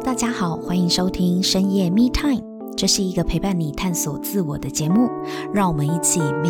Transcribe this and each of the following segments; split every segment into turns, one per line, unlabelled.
大家好，欢迎收听深夜 Me Time， 这是一个陪伴你探索自我的节目，让我们一起 Meet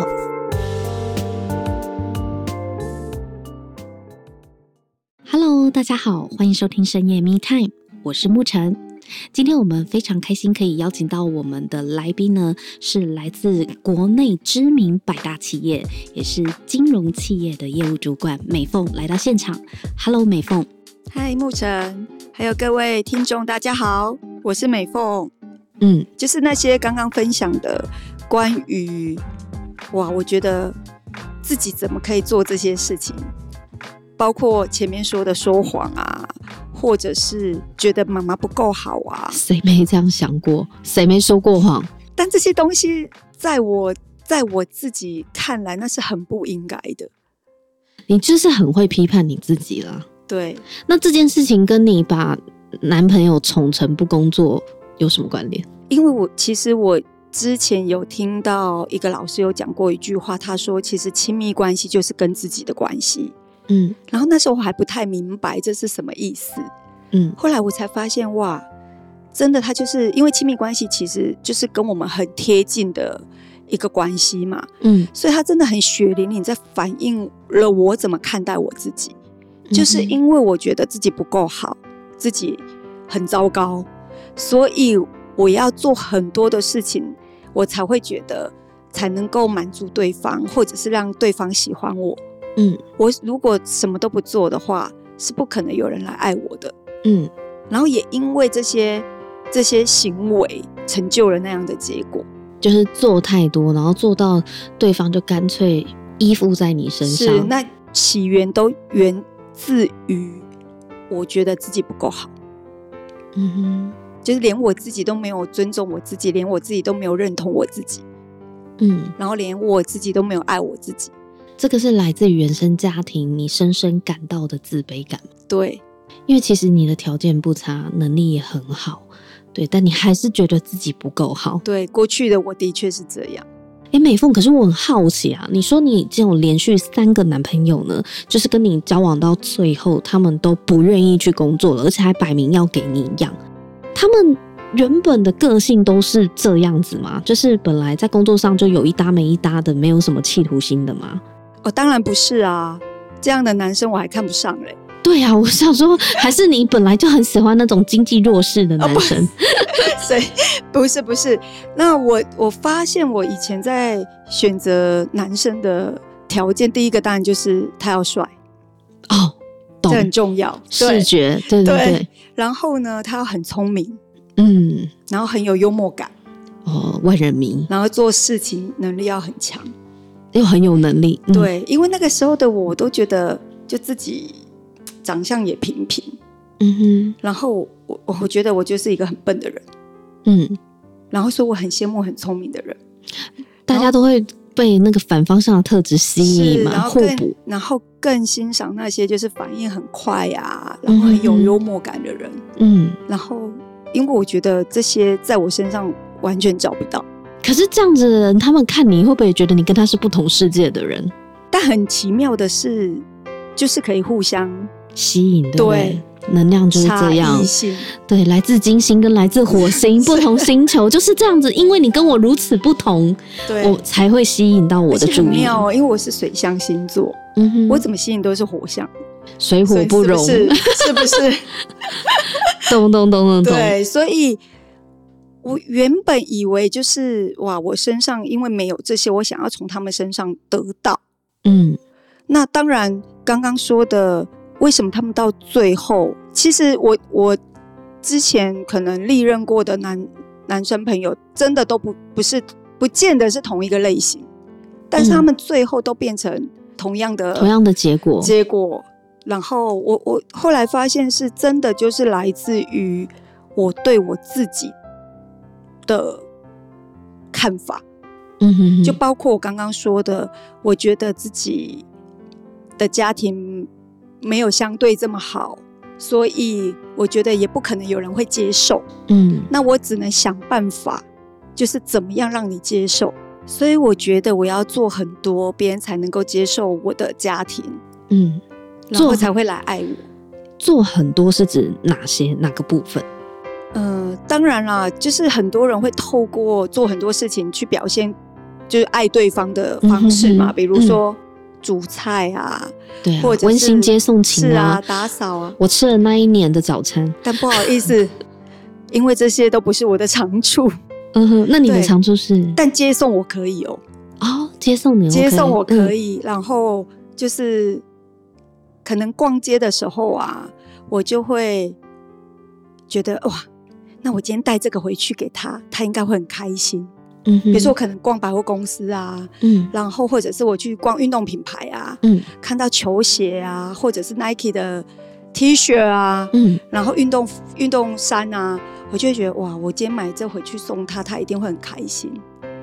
Yourself。Hello， 大家好，欢迎收听深夜 Me Time， 我是沐晨。今天我们非常开心可以邀请到我们的来宾呢，是来自国内知名百大企业，也是金融企业的业务主管美凤来到现场。Hello， 美凤。
嗨，沐晨，还有各位听众，大家好，我是美凤。就是那些刚刚分享的关于我觉得自己怎么可以做这些事情，包括前面说的说谎啊，或者是觉得妈妈不够好啊，
谁没这样想过？谁没说过谎？
但这些东西在我自己看来，那是很不应该的。
你就是很会批判你自己啦。
对，
那这件事情跟你把男朋友宠成不工作有什么关联？
因为其实我之前有听到一个老师有讲过一句话，他说其实亲密关系就是跟自己的关系。然后那时候我还不太明白这是什么意思。后来我才发现，哇，真的他就是因为亲密关系其实就是跟我们很贴近的一个关系嘛。所以他真的很血淋淋在反映了我怎么看待我自己。就是因为我觉得自己不够好，自己很糟糕，所以我要做很多的事情，我才会觉得才能够满足对方，或者是让对方喜欢我。我如果什么都不做的话，是不可能有人来爱我的。然后也因为这些行为成就了那样的结果，
就是做太多，然后做到对方就干脆依附在你身上。
是，那起源都源自于我觉得自己不够好。就是连我自己都没有尊重我自己，连我自己都没有认同我自己。然后连我自己都没有爱我自己。
这个是来自于原生家庭你深深感到的自卑感。
对，
因为其实你的条件不差，能力也很好，对，但你还是觉得自己不够好。
对，过去的我的确是这样。
美凤，可是我很好奇啊，你说你这种连续3个男朋友呢，就是跟你交往到最后他们都不愿意去工作了，而且还摆明要给你养，他们原本的个性都是这样子吗？就是本来在工作上就有一搭没一搭的，没有什么企图心的吗？
当然不是啊，这样的男生我还看不上嘞。
对啊，我想说还是你本来就很喜欢那种经济弱势的男生。
不是，那我发现我以前在选择男生的条件，第一个当然就是他要帅。这很重要，
视觉。对。
然后呢，他要很聪明。然后很有幽默感。
万人迷。
然后做事情能力要很强，
又很有能力。
对，因为那个时候的我都觉得就自己长相也平平。然后我觉得我就是一个很笨的人。然后说我很羡慕很聪明的人，
大家都会被那个反方向的特质吸引嘛，互补。
然后更欣赏那些就是反应很快啊，然后很有幽默感的人。然后因为我觉得这些在我身上完全找不到。
可是这样子的人，他们看你会不会觉得你跟他是不同世界的人？
但很奇妙的是，就是可以互相
吸引，对不对？能量就是这样，对，来自金星跟来自火星不同星球就是这样子，因为你跟我如此不同，我才会吸引到我的注意。很
妙因为我是水象星座。我怎么吸引都是火象，
水火不容，
是不是？
懂。
对，所以我原本以为就是我身上因为没有这些，我想要从他们身上得到。那当然刚刚说的为什么他们到最后，其实我之前可能历任过的男生朋友真的都不见得是同一个类型，但是他们最后都变成同样的结果。然后我后来发现是真的就是来自于我对我自己的看法。就包括我刚刚说的，我觉得自己的家庭没有相对这么好，所以我觉得也不可能有人会接受。那我只能想办法，就是怎么样让你接受。所以我觉得我要做很多，别人才能够接受我的家庭。然后才会来爱我。
做很多是指哪个部分？
当然啦，就是很多人会透过做很多事情去表现就是爱对方的方式嘛，比如说煮菜啊，
对啊，
或者是
温馨接送情
啊，打扫啊。
我吃了那一年的早餐，
但不好意思，因为这些都不是我的长处。
那你的长处是？
但接送我可以哦。
接送你 OK，
接送我可以，然后就是可能逛街的时候啊，我就会觉得哇，那我今天带这个回去给他，他应该会很开心。比如说我可能逛百货公司啊，然后或者是我去逛运动品牌啊，看到球鞋啊，或者是 Nike 的 T 恤啊，然后运动衫啊，我就会觉得哇，我今天买这回去送他，他一定会很开心。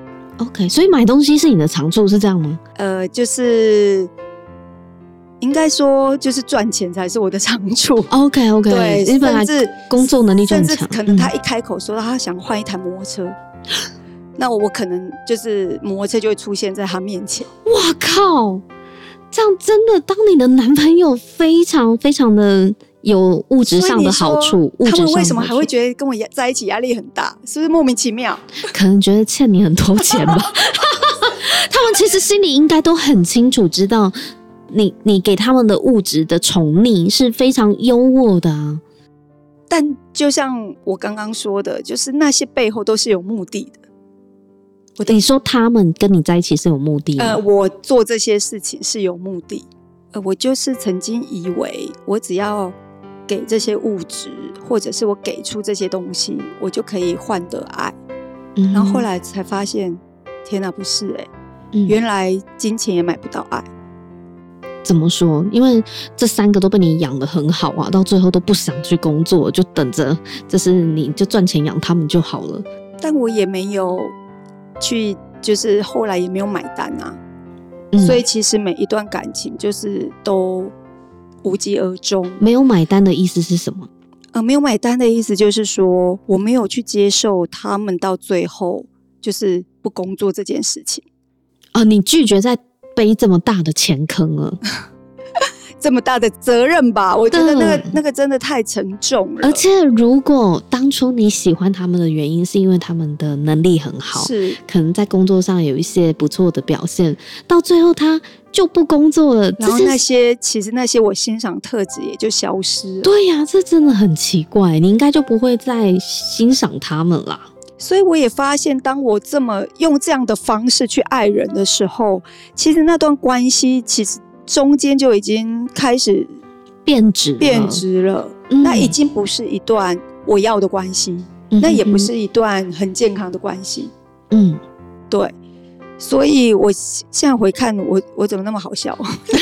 OK， 所以买东西是你的长处是这样吗？
就是应该说就是赚钱才是我的长处。
OK，
对，
你本来工作能力就很强，
甚至可能他一开口说他想换一台摩托车，那我可能就是摩托车就会出现在他面前。
哇靠！这样真的，当你的男朋友非常非常的有物质上的好处，
他们为什么还会觉得跟我在一起压力很大？是不是莫名其妙？
可能觉得欠你很多钱吧。他们其实心里应该都很清楚，知道你给他们的物质的宠溺是非常优渥的啊。
但就像我刚刚说的，就是那些背后都是有目的的。
你说他们跟你在一起是有目的的？
我做这些事情是有目的。我就是曾经以为我只要给这些物质，或者是我给出这些东西，我就可以换得爱。然后后来才发现，天哪，不是原来金钱也买不到爱。
怎么说？因为这3个都被你养得很好啊，到最后都不想去工作，就等着就是你就赚钱养他们就好了。
但我也没有去，就是后来也没有买单啊。所以其实每一段感情就是都无疾而终。
没有买单的意思是什么？
没有买单的意思就是说，我没有去接受他们到最后就是不工作这件事情。
你拒绝在背这么大的钱坑了。
这么大的责任吧，我觉得那个真的太沉重了。
而且如果当初你喜欢他们的原因是因为他们的能力很好，
是
可能在工作上有一些不错的表现，到最后他就不工作了，
然后其实那些我欣赏特质也就消失了。
对呀，这真的很奇怪，你应该就不会再欣赏他们啦。
所以我也发现，当我用这样的方式去爱人的时候，其实那段关系其实中间就已经开始变质了。那已经不是一段我要的关系，那也不是一段很健康的关系。对。所以我现在回看我怎么那么好笑。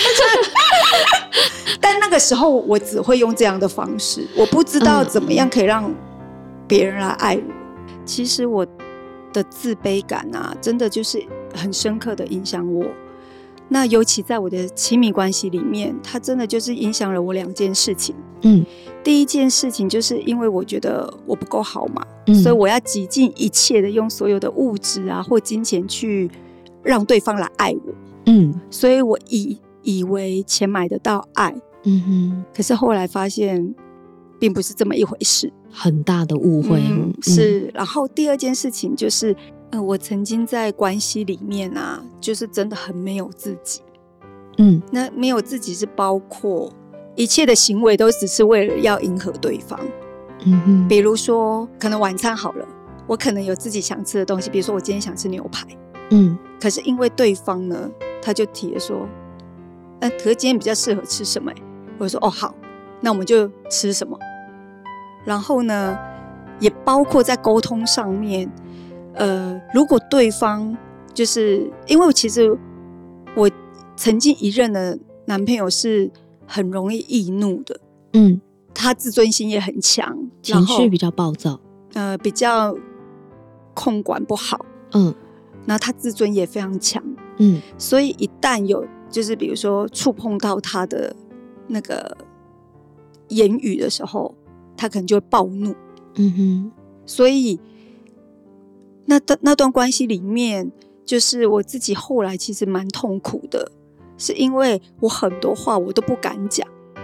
但那个时候我只会用这样的方式，我不知道怎么样可以让别人来爱我。其实我的自卑感啊，真的就是很深刻的影响我。那尤其在我的亲密关系里面，它真的就是影响了我2件事情。第一件事情就是因为我觉得我不够好嘛，所以我要极尽一切的用所有的物质啊或金钱去让对方来爱我。所以我以为钱买得到爱。可是后来发现并不是这么一回事，
很大的误会。
是。然后第2件事情就是我曾经在关系里面啊，就是真的很没有自己。那没有自己是包括一切的行为都只是为了要迎合对方。比如说可能晚餐好了，我可能有自己想吃的东西，比如说我今天想吃牛排。可是因为对方呢，他就提了说可是今天比较适合吃什么我就说好，那我们就吃什么。然后呢也包括在沟通上面，如果对方就是因为其实我曾经一任的男朋友是很容易易怒的。他自尊心也很强，
情绪比较暴躁，
比较控管不好。然后他自尊也非常强。所以一旦有就是比如说触碰到他的那个言语的时候，他可能就会暴怒。所以那段关系里面，就是我自己后来其实蛮痛苦的，是因为我很多话我都不敢讲。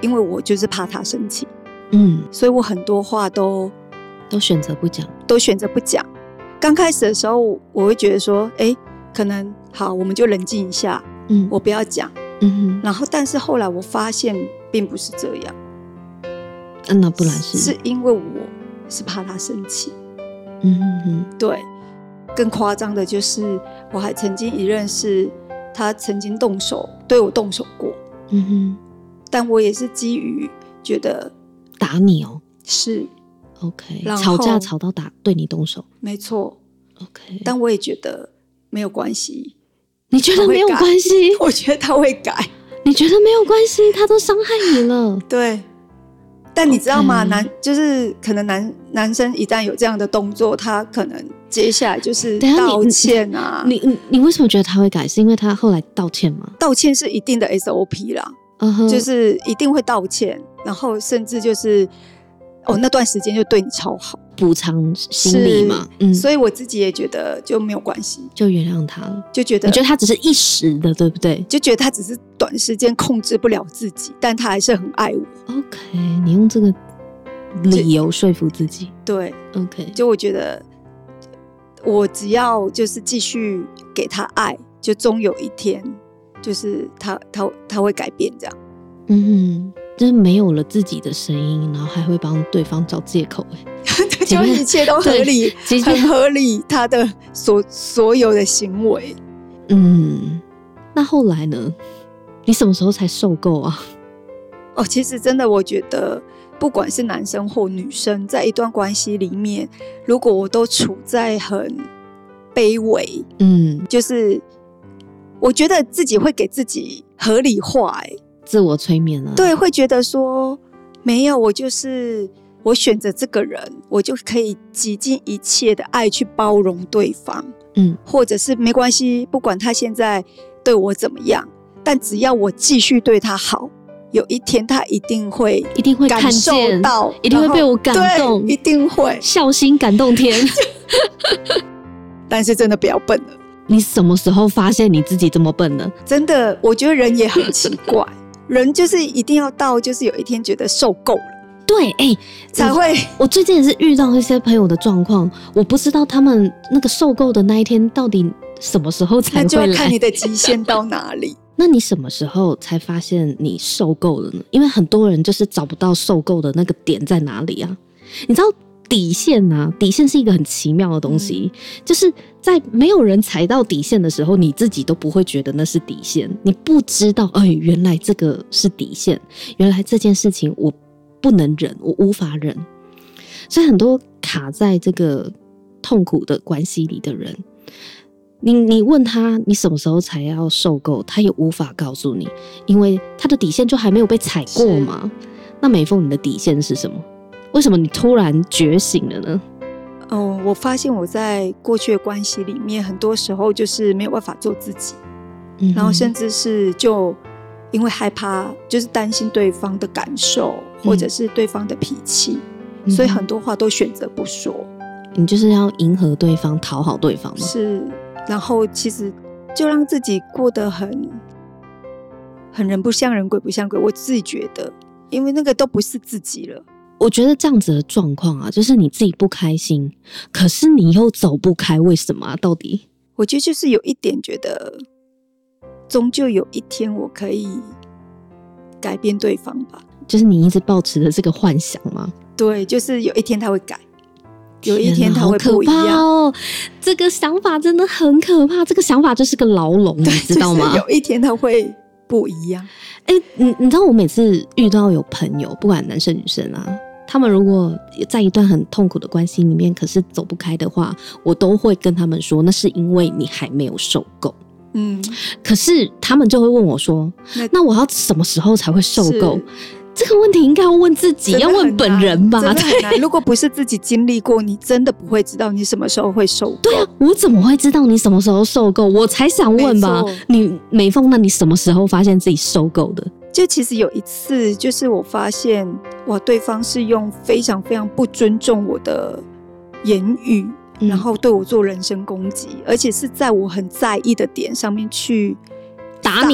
因为我就是怕他生气，所以我很多话都
选择不讲，
刚开始的时候我会觉得说可能好我们就冷静一下，我不要讲，然后但是后来我发现并不是这样，
那不然是
因为我是怕他生气，对，更夸张的就是我还曾经一任是他曾经对我动手过，但我也是基于觉得
打你哦，
是
OK， 吵架吵到对你动手，
没错
OK，
但我也觉得没有关系。
你觉得没有关系？
我觉得他会改。
你觉得没有关系？他都伤害你了。
对，但你知道吗？就是可能男生一旦有这样的动作，他可能接下来就是道歉啊。
你为什么觉得他会改？是因为他后来道歉吗？
道歉是一定的 SOP 啦，就是一定会道歉，然后甚至就是那段时间就对你超好，
补偿心理嘛。
所以我自己也觉得就没有关系，
就原谅他了。
就觉得
你觉得他只是一时的，对不对？
就觉得他只是短时间控制不了自己，但他还是很爱我。
OK， 你用这个理由说服自己。
对
，OK，
就我觉得我只要就是继续给他爱，就终有一天就是他会改变这样。
就是没有了自己的声音，然后还会帮对方找借口，
就一切都合理，很合理，他的所有的行为。
那后来呢？你什么时候才受够啊？
其实真的，我觉得不管是男生或女生，在一段关系里面，如果我都处在很卑微，就是我觉得自己会给自己合理化，
自我催眠了。
对，会觉得说没有，我选择这个人，我就可以极尽一切的爱去包容对方，或者是没关系，不管他现在对我怎么样，但只要我继续对他好，有一天他一定会感受到，
一定会被我感动，
一定会
孝心感动天。
但是真的不要笨了。
你什么时候发现你自己这么笨呢？
真的，我觉得人也很奇怪，人就是一定要到，就是有一天觉得受够了。
对，
才会。
我最近也是遇到一些朋友的状况，我不知道他们那个受够的那一天到底什么时候才会来，
那就要看你的极限到哪里。
那你什么时候才发现你受够了呢？因为很多人就是找不到受够的那个点在哪里啊。你知道底线啊，底线是一个很奇妙的东西，就是在没有人踩到底线的时候，你自己都不会觉得那是底线，你不知道原来这个是底线，原来这件事情我不能忍，我无法忍。所以很多卡在这个痛苦的关系里的人，你问他你什么时候才要受够，他也无法告诉你，因为他的底线就还没有被踩过嘛。那美凤，你的底线是什么？为什么你突然觉醒了呢？
我发现我在过去的关系里面，很多时候就是没有办法做自己，然后甚至是就因为害怕，就是担心对方的感受，或者是对方的脾气，所以很多话都选择不说。
你就是要迎合对方，讨好对方吗？
是，然后其实就让自己过得很人不像人，鬼不像鬼。我自己觉得，因为那个都不是自己了。
我觉得这样子的状况啊，就是你自己不开心，可是你又走不开，为什么啊？到底？
我觉得就是有一点觉得，终究有一天我可以改变对方吧。
就是你一直抱持的这个幻想吗？
对，就是有一天他会改，有一天他会不一样。
好可怕哦！这个想法真的很可怕，这个想法就是个牢笼，你知道吗？
就是有一天他会不一样。
你知道我每次遇到有朋友，不管男生女生啊，他们如果在一段很痛苦的关系里面，可是走不开的话，我都会跟他们说，那是因为你还没有受够。可是他们就会问我说，那我要什么时候才会受够？这个问题应该要问自己，要问本人吧。
真的很难，如果不是自己经历过，你真的不会知道你什么时候会受够。
对啊，我怎么会知道你什么时候受够？我才想问吧。你美凤，那你什么时候发现自己受够的？
就其实有一次，就是我发现哇，对方是用非常非常不尊重我的言语，然后对我做人身攻击，而且是在我很在意的点上面去打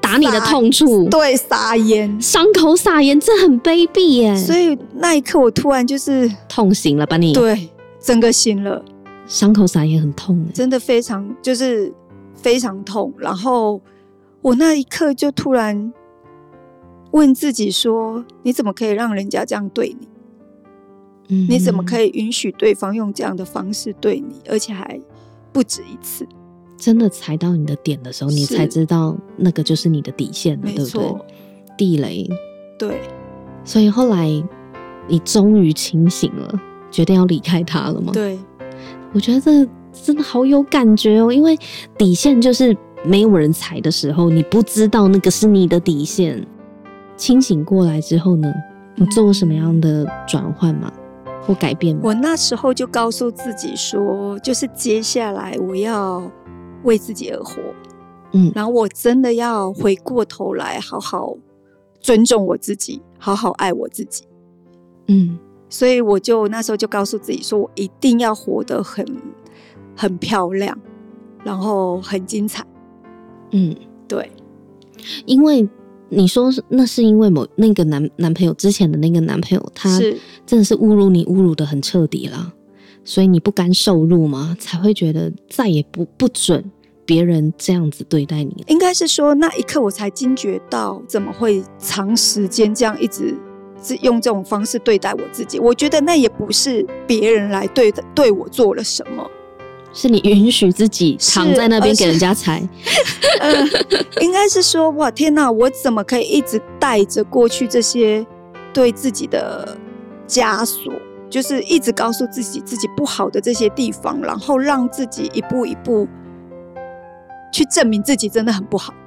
打你的痛处，
对，撒盐，
伤口撒盐，这很卑鄙耶。
所以那一刻我突然就是
痛醒了吧你？
对，整个醒了。
伤口撒盐很痛耶，
真的非常就是非常痛。然后我那一刻就突然问自己说，你怎么可以让人家这样对你？你怎么可以允许对方用这样的方式对你，而且还不止一次？
真的踩到你的点的时候，你才知道那个就是你的底线了，对不对？地雷。对。所以后来你终于清醒了，决定要离开他了吗？
对。
我觉得这真的好有感觉哦，因为底线就是没有人踩的时候，你不知道那个是你的底线。清醒过来之后呢，你做什么样的转换吗？或改变吗？
我那时候就告诉自己说，就是接下来我要为自己而活，然后我真的要回过头来好好尊重我自己，好好爱我自己。所以我就那时候就告诉自己说，我一定要活得很漂亮，然后很精彩。对，因
为你说那是因为那个男朋友之前的那个男朋友，他真的是侮辱你，侮辱得很彻底啦，所以你不甘受辱嘛，才会觉得再也不准别人这样子对待你。
应该是说那一刻我才惊觉到，怎么会长时间这样一直用这种方式对待我自己。我觉得那也不是别人来对我做了什么，
是你允许自己躺在那边给人家踩。
应该是说，哇天哪，我怎么可以一直带着过去这些对自己的枷锁，就是一直告诉自己不好的这些地方，然后让自己一步一步去证明自己真的很不好。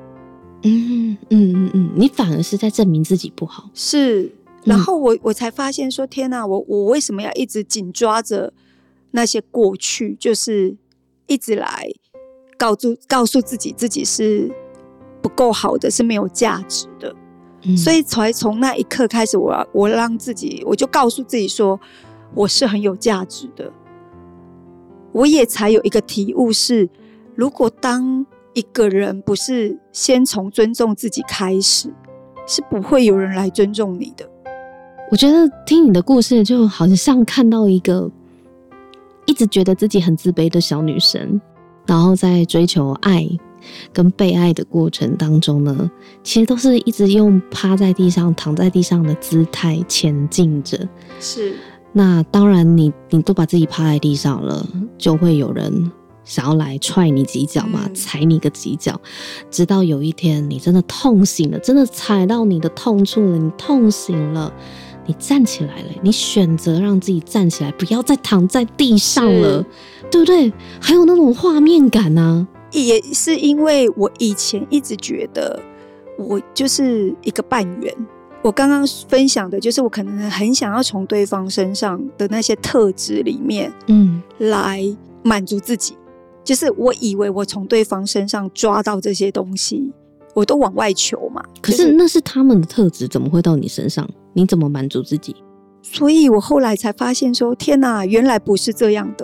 你反而是在证明自己不好。
是，然后我才发现说，天哪，我为什么要一直紧抓着那些过去，就是一直来告诉自己是不够好的，是没有价值的。所以才从那一刻开始，我让自己，我就告诉自己说，我是很有价值的。我也才有一个体悟是，如果当一个人不是先从尊重自己开始，是不会有人来尊重你的。
我觉得听你的故事，就好像看到一个一直觉得自己很自卑的小女生，然后在追求爱跟被爱的过程当中呢，其实都是一直用趴在地上、躺在地上的姿态前进着。
是，
那当然你都把自己趴在地上了，就会有人想要来踹你几脚嘛，踩你个几脚，直到有一天你真的痛醒了，真的踩到你的痛处了，你痛醒了，你站起来了，你选择让自己站起来，不要再躺在地上了，对不对？还有那种画面感啊。
也是因为我以前一直觉得我就是一个半圆，我刚刚分享的就是我可能很想要从对方身上的那些特质里面来满足自己，就是我以为我从对方身上抓到这些东西，我都往外求嘛。
可是那是他们的特质，怎么会到你身上？你怎么满足自己？
所以我后来才发现说，天哪，原来不是这样的。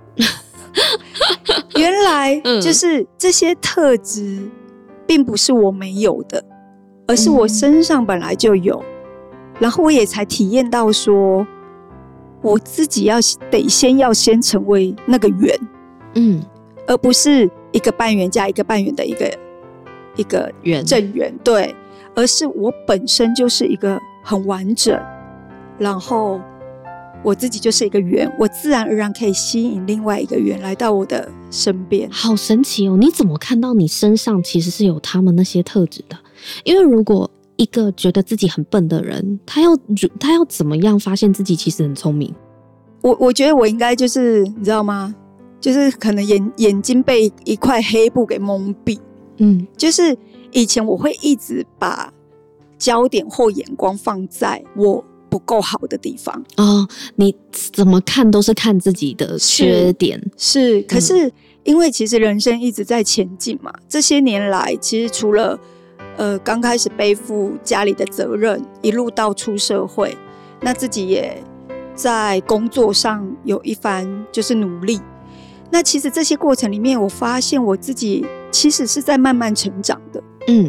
原来就是这些特质并不是我没有的，而是我身上本来就有。然后我也才体验到说，我自己得先成为那个圆，而不是一个半圆加一个半圆的一个正圆，对，而是我本身就是一个很完整，然后我自己就是一个圆，我自然而然可以吸引另外一个圆来到我的身边。
好神奇哦！你怎么看到你身上其实是有他们那些特质的？因为如果一个觉得自己很笨的人，他要怎么样发现自己其实很聪明？
我觉得我应该就是你知道吗？就是可能眼睛被一块黑布给蒙蔽。就是以前我会一直把焦点或眼光放在我不够好的地方。
你怎么看都是看自己的缺点。
是，可是因为其实人生一直在前进嘛，这些年来其实除了刚开始背负家里的责任，一路到出社会，那自己也在工作上有一番就是努力。那其实这些过程里面，我发现我自己其实是在慢慢成长的。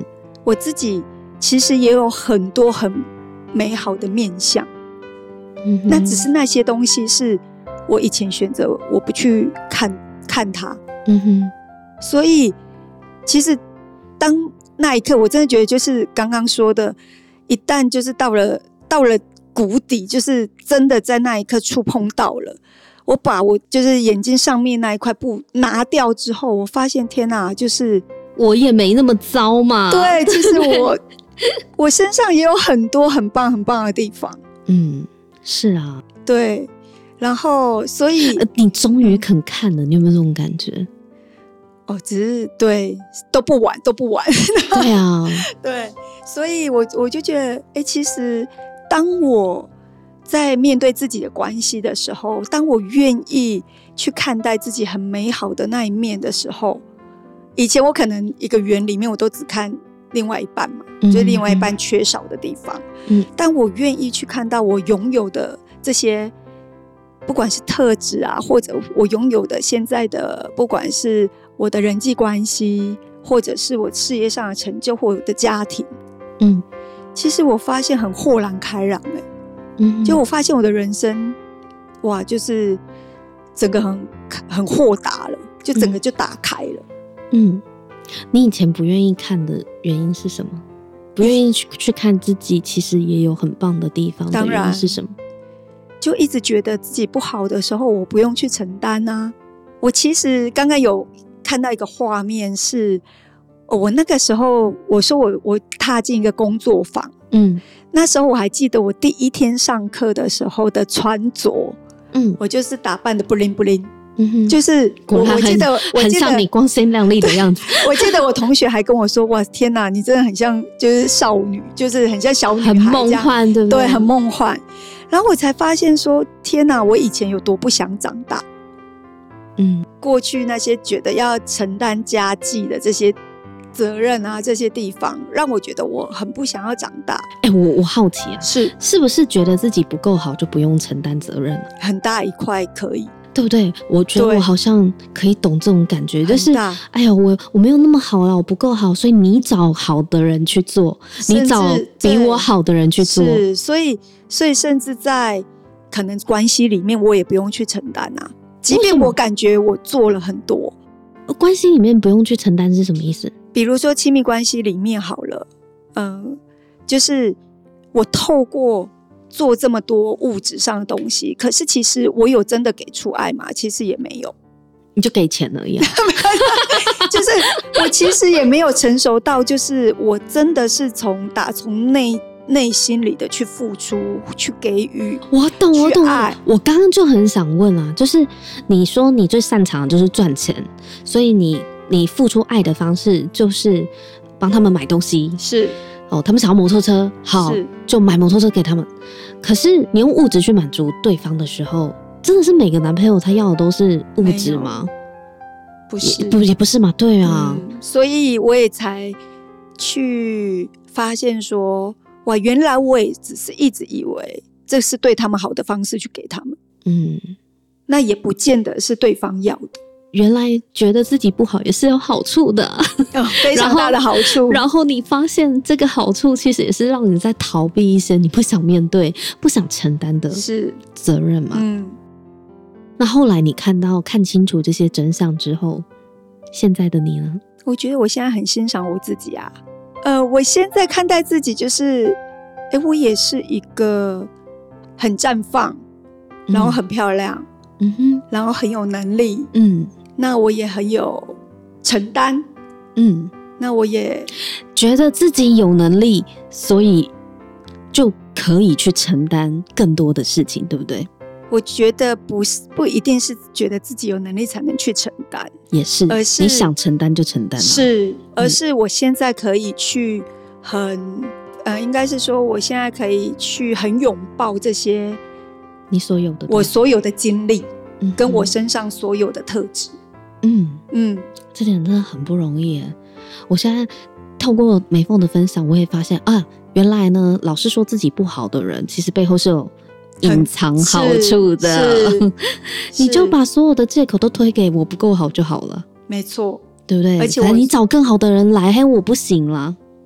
我自己其实也有很多很美好的面向，那只是那些东西是我以前选择我不去看它，所以其实当那一刻，我真的觉得就是刚刚说的，一旦就是到了谷底，就是真的在那一刻触碰到了，我把我就是眼睛上面那一块布拿掉之后，我发现天哪，就是
我也没那么糟嘛。
对，其实我身上也有很多很棒很棒的地方。
是啊，
对，然后所以
你终于肯看了，你有没有这种感觉？
只是对都不晚。
对啊，
对，所以我就觉得，其实当我在面对自己的关系的时候，当我愿意去看待自己很美好的那一面的时候，以前我可能一个圆里面我都只看另外一半嘛，就是另外一半缺少的地方。但我愿意去看到我拥有的这些，不管是特质啊，或者我拥有的现在的，不管是我的人际关系，或者是我事业上的成就，或者我的家庭，其实我发现很豁然开朗就我发现我的人生，哇，就是整个很豁达了，就整个就打开了。
你以前不愿意看的原因是什么？不愿意去看自己其实也有很棒的地方的原因是什么？
就一直觉得自己不好的时候我不用去承担啊。我其实刚刚有看到一个画面是，我那个时候我说我踏进一个工作坊，那时候我还记得我第一天上课的时候的穿着，我就是打扮的不灵不灵，就是我记得
很像你光鲜亮丽的样子。
我记得我同学还跟我说，哇天哪，你真的很像就是少女，就是很像小女孩，
很梦幻，对不对？
对，很梦幻。然后我才发现说，天哪，我以前有多不想长大。过去那些觉得要承担家计的这些责任啊，这些地方让我觉得我很不想要长大。
我好奇啊，是不是觉得自己不够好就不用承担责任了？
很大一块可以，
对不对？我觉得我好像可以懂这种感觉，就是哎呀，我没有那么好啦，我不够好，所以你找好的人去做，你找比我好的人去做，
是，所以甚至在可能关系里面，我也不用去承担啊。即便我感觉我做了很多，
关系里面不用去承担是什么意思？
比如说亲密关系里面好了，就是我透过做这么多物质上的东西，可是其实我有真的给出爱吗？其实也没有，
你就给钱而已啊。
就是我其实也没有成熟到，就是我真的是从内心里的去付出，去给予。
我懂。我刚刚就很想问啊，就是你说你最擅长的就是赚钱，所以你付出爱的方式就是帮他们买东西，
是
他们想要摩托车，好就买摩托车给他们。可是你用物质去满足对方的时候，真的是每个男朋友他要的都是物质吗？
不是，
也不是嘛，对啊。
所以我也才去发现说，哇，原来我也只是一直以为这是对他们好的方式去给他们，那也不见得是对方要的。
原来觉得自己不好也是有好处的，
非常大的好处。
然后你发现这个好处其实也是让你在逃避一些你不想面对、不想承担的责任嘛。那后来你看清楚这些真相之后，现在的你呢？
我觉得我现在很欣赏我自己啊。我现在看待自己就是，我也是一个很绽放，然后很漂亮，然后很有能力，那我也很有承担，那我也
觉得自己有能力，所以就可以去承担更多的事情，对不对？
我觉得不一定是觉得自己有能力才能去承担，
也是，而是你想承担就承担了，
是，而是我现在可以去应该是说我现在可以去很拥抱这些
你所有的
我所有的经历，跟我身上所有的特质。
这点真的很不容易耶。我现在透过美凤的分享，我也发现啊，原来呢，老是说自己不好的人，其实背后是有隐藏好处的。你就把所有的借口都推给我不够好就好了，
没错，
对不对？
而且
你找更好的人来，我不行啦。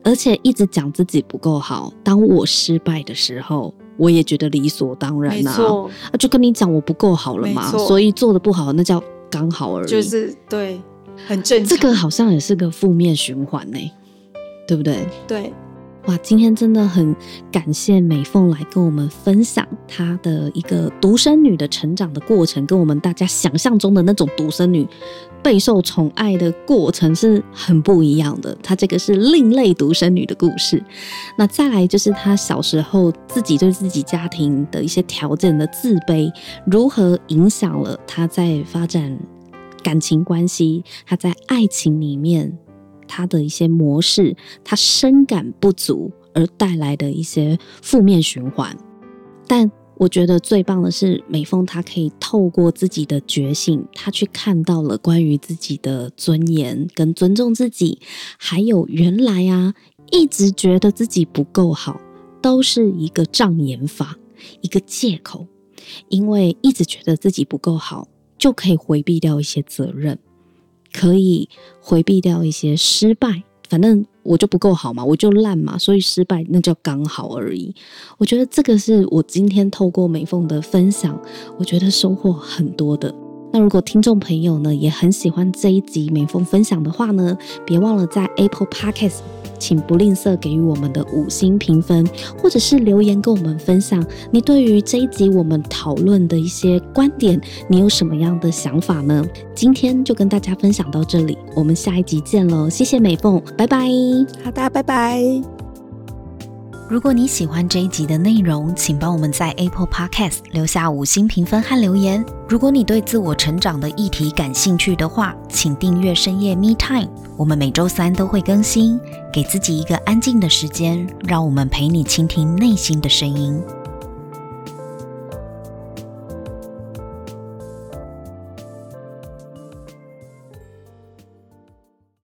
而且一直讲自己不够好，当我失败的时候我也觉得理所当然啊，就跟你讲我不够好了嘛，所以做得不好那叫刚好而已，
就是对，很正常。
这个好像也是个负面循环欸，对不对？
对。
哇，今天真的很感谢美凤来跟我们分享她的一个独生女的成长的过程，跟我们大家想象中的那种独生女备受宠爱的过程是很不一样的，她这个是另类独生女的故事。那再来就是她小时候自己对自己家庭的一些条件的自卑，如何影响了她在发展感情关系，她在爱情里面他的一些模式，他深感不足而带来的一些负面循环。但我觉得最棒的是美凤她可以透过自己的觉醒，她去看到了关于自己的尊严跟尊重自己，还有原来啊一直觉得自己不够好都是一个障眼法，一个借口，因为一直觉得自己不够好就可以回避掉一些责任，可以回避掉一些失败，反正我就不够好嘛，我就烂嘛，所以失败那叫刚好而已。我觉得这个是我今天透过美凤的分享，我觉得收获很多的。那如果听众朋友呢也很喜欢这一集美凤分享的话呢，别忘了在 Apple Podcast请不吝啬给予我们的5星评分，或者是留言跟我们分享你对于这一集我们讨论的一些观点，你有什么样的想法呢？今天就跟大家分享到这里，我们下一集见咯，谢谢美凤，拜拜。
好的，拜拜。
如果你喜欢这一集的内容，请帮我们在 Apple Podcast 留下5星评分和留言。如果你对自我成长的议题感兴趣的话，请订阅深夜 Me Time， 我们每周3都会更新，给自己一个安静的时间，让我们陪你倾听内心的声音。